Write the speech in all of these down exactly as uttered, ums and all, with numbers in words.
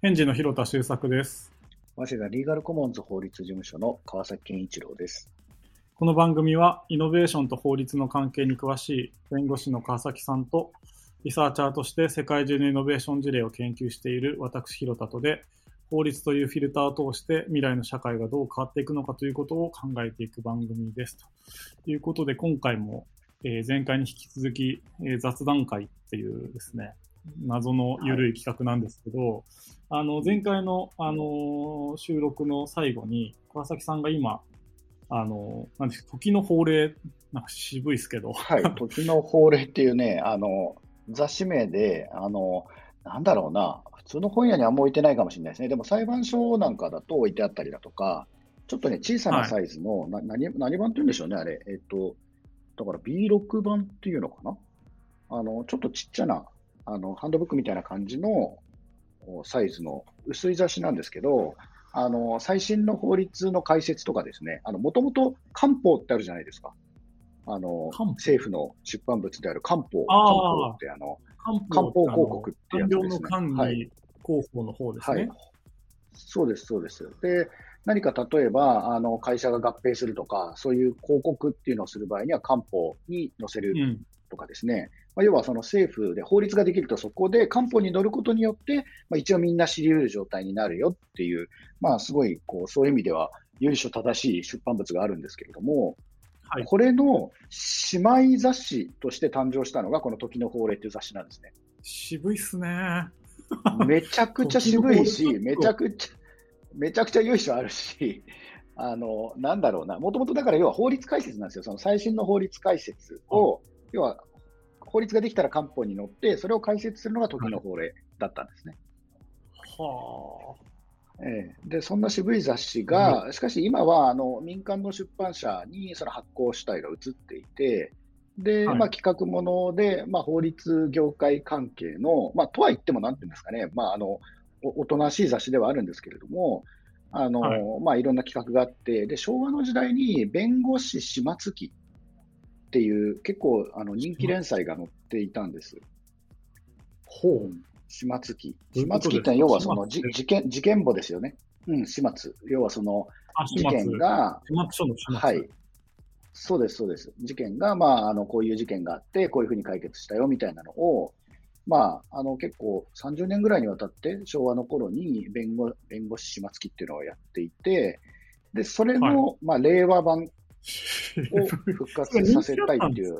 検事の広田修作です。 早稲田リーガルコモンズ法律事務所の川崎健一郎です。 この番組はイノベーションと法律の関係に詳しい弁護士の川崎さんとリサーチャーとして世界中のイノベーション事例を研究している私広田とで、法律というフィルターを通して未来の社会がどう変わっていくのかということを考えていく番組です。ということで今回も、えー前回に引き続き、えー雑談会っていうですね、謎の緩い企画なんですけど、あの前回の、あのー収録の最後に川崎さんが今あのなんですか、時の法令、なんか渋いですけど、 はい、時の法令っていうね、あの雑誌名で、あのなんだろうな、普通の本屋にあんま置いてないかもしれないですね。でも裁判所なんかだと置いてあったりだとか、ちょっとね、小さなはい、 サイズの、な何何版って言うんでしょうね、あれ。えっと、だから ビーろく 版っていうのかな。あの、ちょっとちっちゃな、あの、ハンドブックみたいな感じのおサイズの薄い雑誌なんですけど、あの、最新の法律の解説とかですね、あの、もともと官報ってあるじゃないですか。あの、 官報、 政府の出版物である官報、官報ああ、 ってあの、 官官報広報ってあの告ってや官つですね。 僚の官はい。 に広報の方ですはい。 ね。 そうです、そうです。で、何か例えば、あの、会社が合併するとか、そういう広告っていうのをする場合には官報に載せるうん、 とかですね。まあ、要はその政府で法律ができるとそこで官報に載ることによって、まあ、一応みんな知り得る状態になるよっていう、まあすごいこうそういう意味では由緒正しい出版物があるんですけれども、 はい、 これの姉妹雑誌として誕生したのがこの時の法令っていう雑誌なんですね。 渋いっすね。 めちゃくちゃ時の法令ちょっ渋いし、めちゃと、 くちゃ、めちゃくちゃ由緒あるし、あの、なんだろうな、もともとだから要は法律解説なんですよ。その最新の法律解説あ、 を、要は法律ができたら官報に載って、それを解説するのが時はい、 の法令だったんですね。 はあ、 ええ、で、そんな渋い雑誌渋い。 が、しかし今はあの民間の出版社にその発行主体が移っていて、で、 はい、 まあ、企画もので、まあ、法律業界関係の、まあ、とは言っても、なんていうんですかね、まあ、あのおおとなしい雑誌ではあるんですけれども、あはい。 のまあ、いろんな企画があって、で昭和の時代に弁護士始末記っていう結構あの人気連載が載っていたんです。 ほう。 うん、始末記。 どういう始末ことですか、 記ってのは要は始末そのじって。 事件、事件簿ですよね。うん、始末。要はそのあ、始事件末。 が、 始末書の始末。 はい、そうです、そうです。事件が、まあ、あの、こういう事件があって、こういうふうに解決したよみたいなのを、まあ、あの、結構さんじゅうねんぐらいにわたって、昭和の頃に弁護、弁護士始末記っていうのをやっていて、で、それはい。 の、まあ、令和版を復それ活させ人気だったいっていう、 たんですか？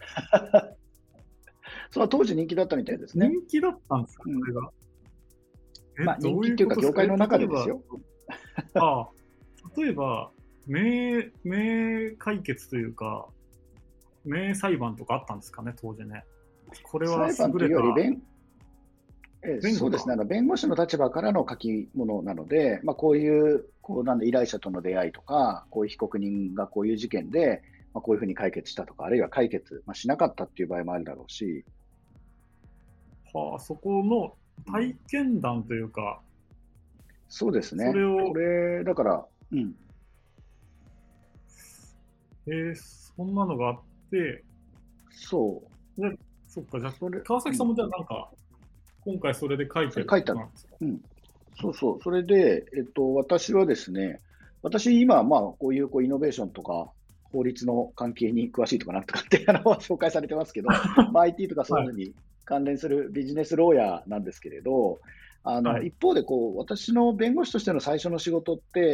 その当時人気だったみたいですね。 人気だったんですか、 うん。 それが。え、 まあ、人どう気っていうか、 いうことですか？え、 業界の中例えば、 でですよ。 ああ、例えば、名、名解決というか、名裁判とかあったんですかね、当時ね。これは裁判という優れたより弁、えー弁護か。 そうですね。あの、弁護士の立場からの書き物なので、まあ、こういう、こう、なんで依頼者との出会いとか、こういう被告人がこういう事件で、まあ、こういうふうに解決したとか、あるいは解決、まあ、しなかったっていう場合もあるだろうし、 はあ、そこのうん、 体験談というか、 そうですね。 それを、 これ、だから、うん、 えーそんなのがあって、 そう、 で、そっか、じゃあ、 それ、うん、 川崎さんもじゃあなんか、今回それで書いてるってそれ書いた、 ことなんですか？ うん、そうそう、それで、えっと、私はですね、私、今、まあ、こういう、こう、イノベーションとか、法律の関係に詳しいとかなんとかってあの紹介されてますけど、まあ、アイティー とかそういはい、 うのに関連するビジネスローヤーなんですけれど、あの、 はい。 一方で、こう、私の弁護士としての最初の仕事って、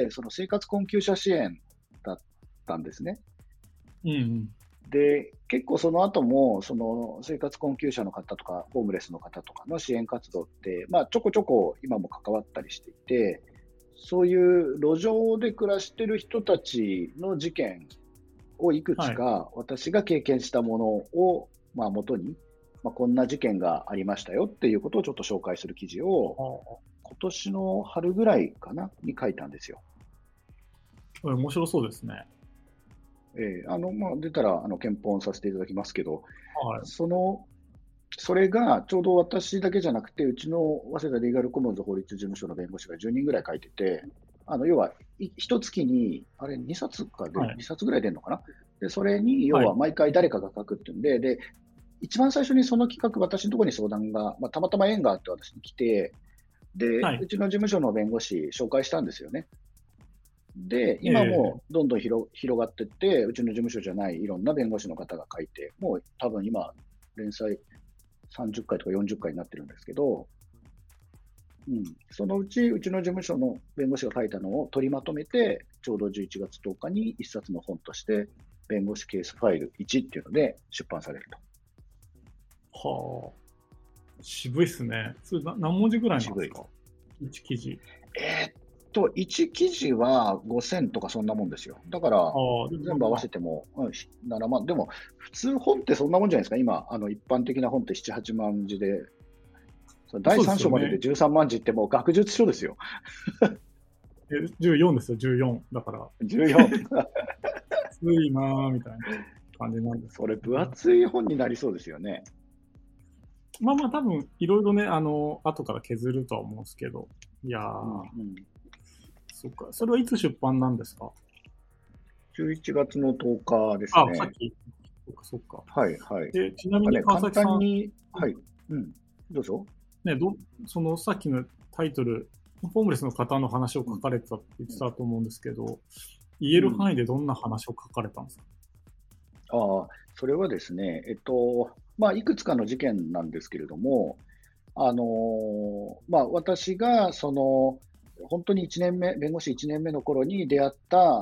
その生活困窮者支援だったんですね。 うんうん。 で、結構その後も、その生活困窮者の方とか、ホームレスの方とかの支援活動って、まあ、ちょこちょこ今も関わったりしていて、そういう路上で暮らしている人たちの事件をいくつはい。 か私が経験したものを、まあ、元に、まあ、こんな事件がありましたよっていうことをちょっと紹介する記事を、 は今年の春ぐらいかなに書いたんですよ。 あ、面白そうですね。 えーあの、まあ、出たら、あの、検討させていただきますけど、 はい。 その、それがちょうど私だけじゃなくて、うちの早稲田リーガルコモンズ法律事務所の弁護士がじゅうにんぐらい書いてて、あの要は、い一月に、あれ、にさつかで、 はい。 にさつぐらい出るのかな。で、それに、要はい。 は毎回誰かが書くっていうんで、で、一番最初にその企画、私のところに相談が、まあ、たまたま縁があって私に来て、 で、 はい。 うちの事務所の弁護士紹介したんですよね。で、今もどんどん広広がっていって、うちの事務所じゃないいろんな弁護士の方が書いて、もう多分今、連載さんじゅっかいとかよんじゅっかいになってるんですけど、うん、そのうち、うちの事務所の弁護士が書いたのを取りまとめて、ちょうどじゅういちがつとおかに一冊の本として、弁護士ケースファイルいちっていうので出版されると。 はあ。渋いっすね。それな何文字ぐらいなんですか？いち記事。 えーっと、いち記事はごせんとかそんなもんですよ。だから、全部合わせても、うん、ななまん。でも、普通本ってそんなもんじゃないですか。今、あの一般的な本ってなな、はちまん字で、だいさん章まででじゅうさんまん字ってもう学術書ですよ。 えじゅうよんですよ、じゅうよん。だから。 じゅうよん。 きついなーみたいな感じなんです。 それ、分厚い本になりそうですよね。 まあまあ、多分いろいろね、あの、後から削るとは思うんですけど。いやー、 うんうん、 そっか。それはいつ出版なんですか？ じゅういちがつのとおかですね。 あ、さっき。そっか、そっか。 はいはい。 で、ちなみに川崎さん、 簡単に、はい、うん、どうぞ。 ね、どそのさっきのタイトル、ホームレスの方の話を書かれてたって言ってたと思うんですけど、言える範囲でどんな話を書かれたんですか？ うん、ああ、それはですね、えっと、まあ、いくつかの事件なんですけれども、あのまあ、私が、その、本当にいちねんめ、弁護士いちねんめの頃に出会った、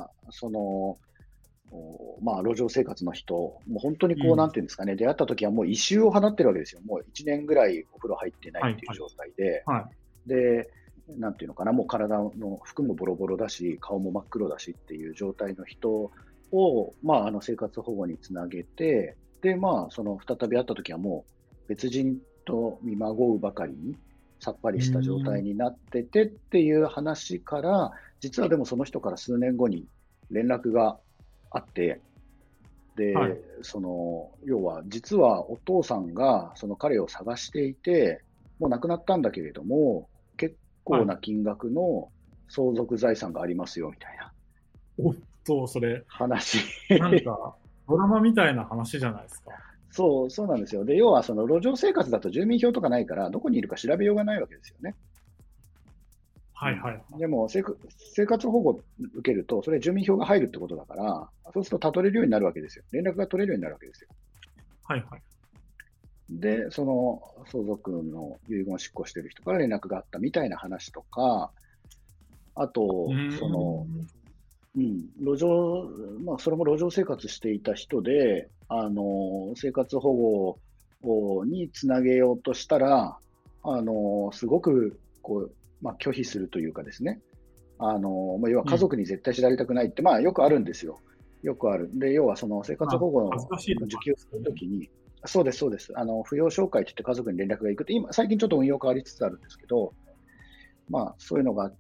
その、まあ、路上生活の人、もう本当にこう、なんていうんですかね、出会った時はもう異臭を放ってるわけですよ。もういちねんぐらいお風呂入ってないっていう状態で、 はいはい、 で、なんていうのかな、もう体の服もボロボロだし、顔も真っ黒だしっていう状態の人を、まあ、あの生活保護につなげて、で、まあ、その再び会った時はもう別人と見まごうばかりに、さっぱりした状態になっててっていう話から、実はでもその人から数年後に連絡があって、で、はい、その、要は、実はお父さんがその彼を探していて、もう亡くなったんだけれども、結構な金額の相続財産がありますよ、みたいな。 おっと、それ。 話。 なんか、ドラマみたいな話じゃないですか。 そう、そうなんですよ。で、要は、その路上生活だと住民票とかないから、どこにいるか調べようがないわけですよね。 はいはい、はい。 でも生、生活保護を受けると、それ住民票が入るってことだから、そうするとたどれるようになるわけですよ。連絡が取れるようになるわけですよ。 はいはい。で、 その相続の遺言を執行している人から連絡があったみたいな話とか、あと、その、うん、路上、まあ、それも路上生活していた人で、あの、生活保護につなげようとしたら、あの、すごく、こう、まあ、拒否するというかですね、あの、まあ、要は家族に絶対知られたくないって、うん、まあ、よくあるんですよ。よくある。で、要はその生活保護の受給するときに、そうです、そうです。あの、扶養照会って言って家族に連絡が行くって、今、最近ちょっと運用変わりつつあるんですけど、まあ、そういうのがあって、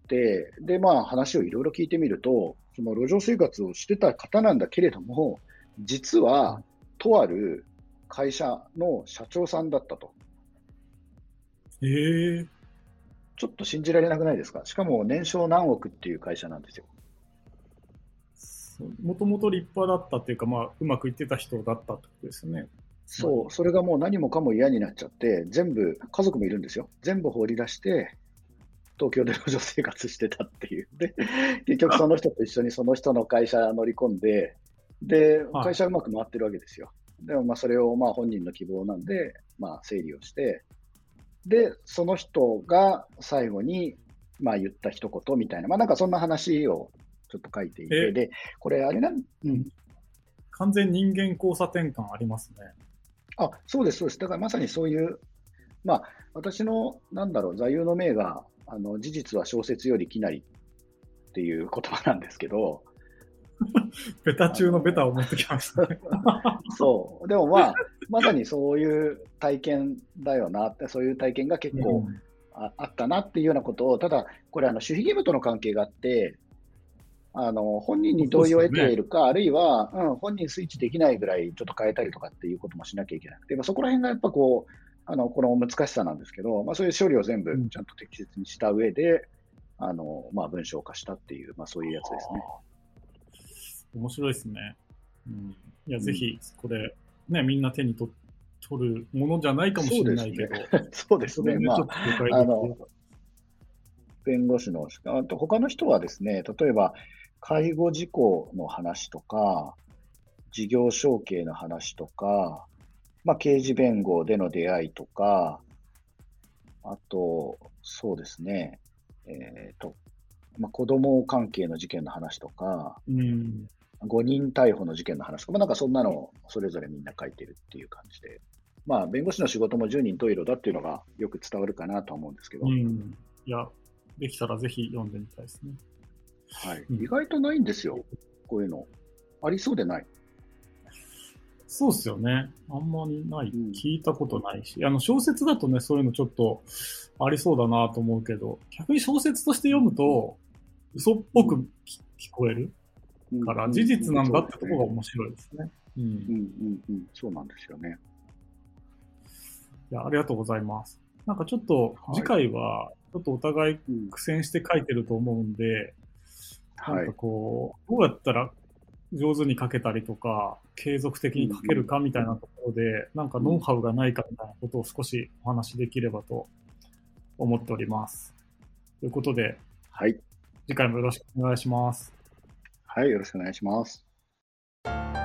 で、まあ、話をいろいろ聞いてみると、その路上生活をしてた方なんだけれども、実は、とある会社の社長さんだったと。 えー、 ちょっと信じられなくないですか？しかも、年商何億っていう会社なんですよ。 もともと立派だったっていうか、まあ、うまくいってた人だったってことですね。 そう、それがもう何もかも嫌になっちゃって、全部、家族もいるんですよ。全部放り出して、東京で路上生活してたっていう。で、結局その人と一緒にその人の会社乗り込んで、で、会社うまく回ってるわけですよ。でもまあそれをまあ本人の希望なんで、まあ整理をして、で、その人が最後にまあ言った一言みたいな、まあなんかそんな話をちょっと書いていて、で、これあれなん、うん。 完全人間交差点感ありますね。 あ、そうです、そうです。だからまさにそういう、まあ私のなんだろう、座右の銘が、あの事実は小説より奇なりっていう言葉なんですけど、 ベタ中のベタを持ってきましたね。 そう。でもまあ、まさにそういう体験だよなって、そういう体験が結構 あ,、うん、あったなっていうようなことを、ただ、これ、あの守秘義務との関係があって、あの本人に同意を得ているか、ね、あるいは、うん、本人スイッチできないぐらいちょっと変えたりとかっていうこともしなきゃいけなくて、まあ、そこら辺がやっぱこう、あのこの難しさなんですけど、まあ、そういう処理を全部ちゃんと適切にした上で、うん、あのまあ、文章化したっていう、まあ、そういうやつですね。 面白いですね。うん、いや、ぜひ、これ、ね、みんな手にと取るものじゃないかもしれないけど。 そうですね。まあ、あの、 弁護士の、あと他の人はですね、例えば介護事故の話とか、事業承継の話とか、まあ、刑事弁護での出会いとか、あと、そうですね、えっと、まあ、子供関係の事件の話とか、 うん。 ごにん逮捕の事件の話とか、まあ、なんかそんなのをそれぞれみんな書いてるっていう感じで、まあ、弁護士の仕事も十人十色だっていうのがよく伝わるかなとは思うんですけど、 うん。いや、できたらぜひ読んでみたいですね。 はい、 うん意外とないんですよ、こういうの。ありそうでない。 そうですよね。あんまりない。 うん聞いたことないし。あの、小説だとね、そういうのちょっとありそうだなと思うけど、逆に小説として読むと、嘘っぽく聞こえるから、事実なんだってところが面白いですね。うん。 うんうんうん、そうなんですよね。 いや、ありがとうございます。なんかちょっと、次回は、ちょっとお互いうん苦戦して書いてると思うんで、なんかはい。 こう、どうやったら上手に書けたりとか、継続的に書けるかみたいなところで、なんかノウハウがないかみたいなことを少しお話しできればと思っております。ということで、 はい。 次回もよろしくお願いします。 はい、よろしくお願いします。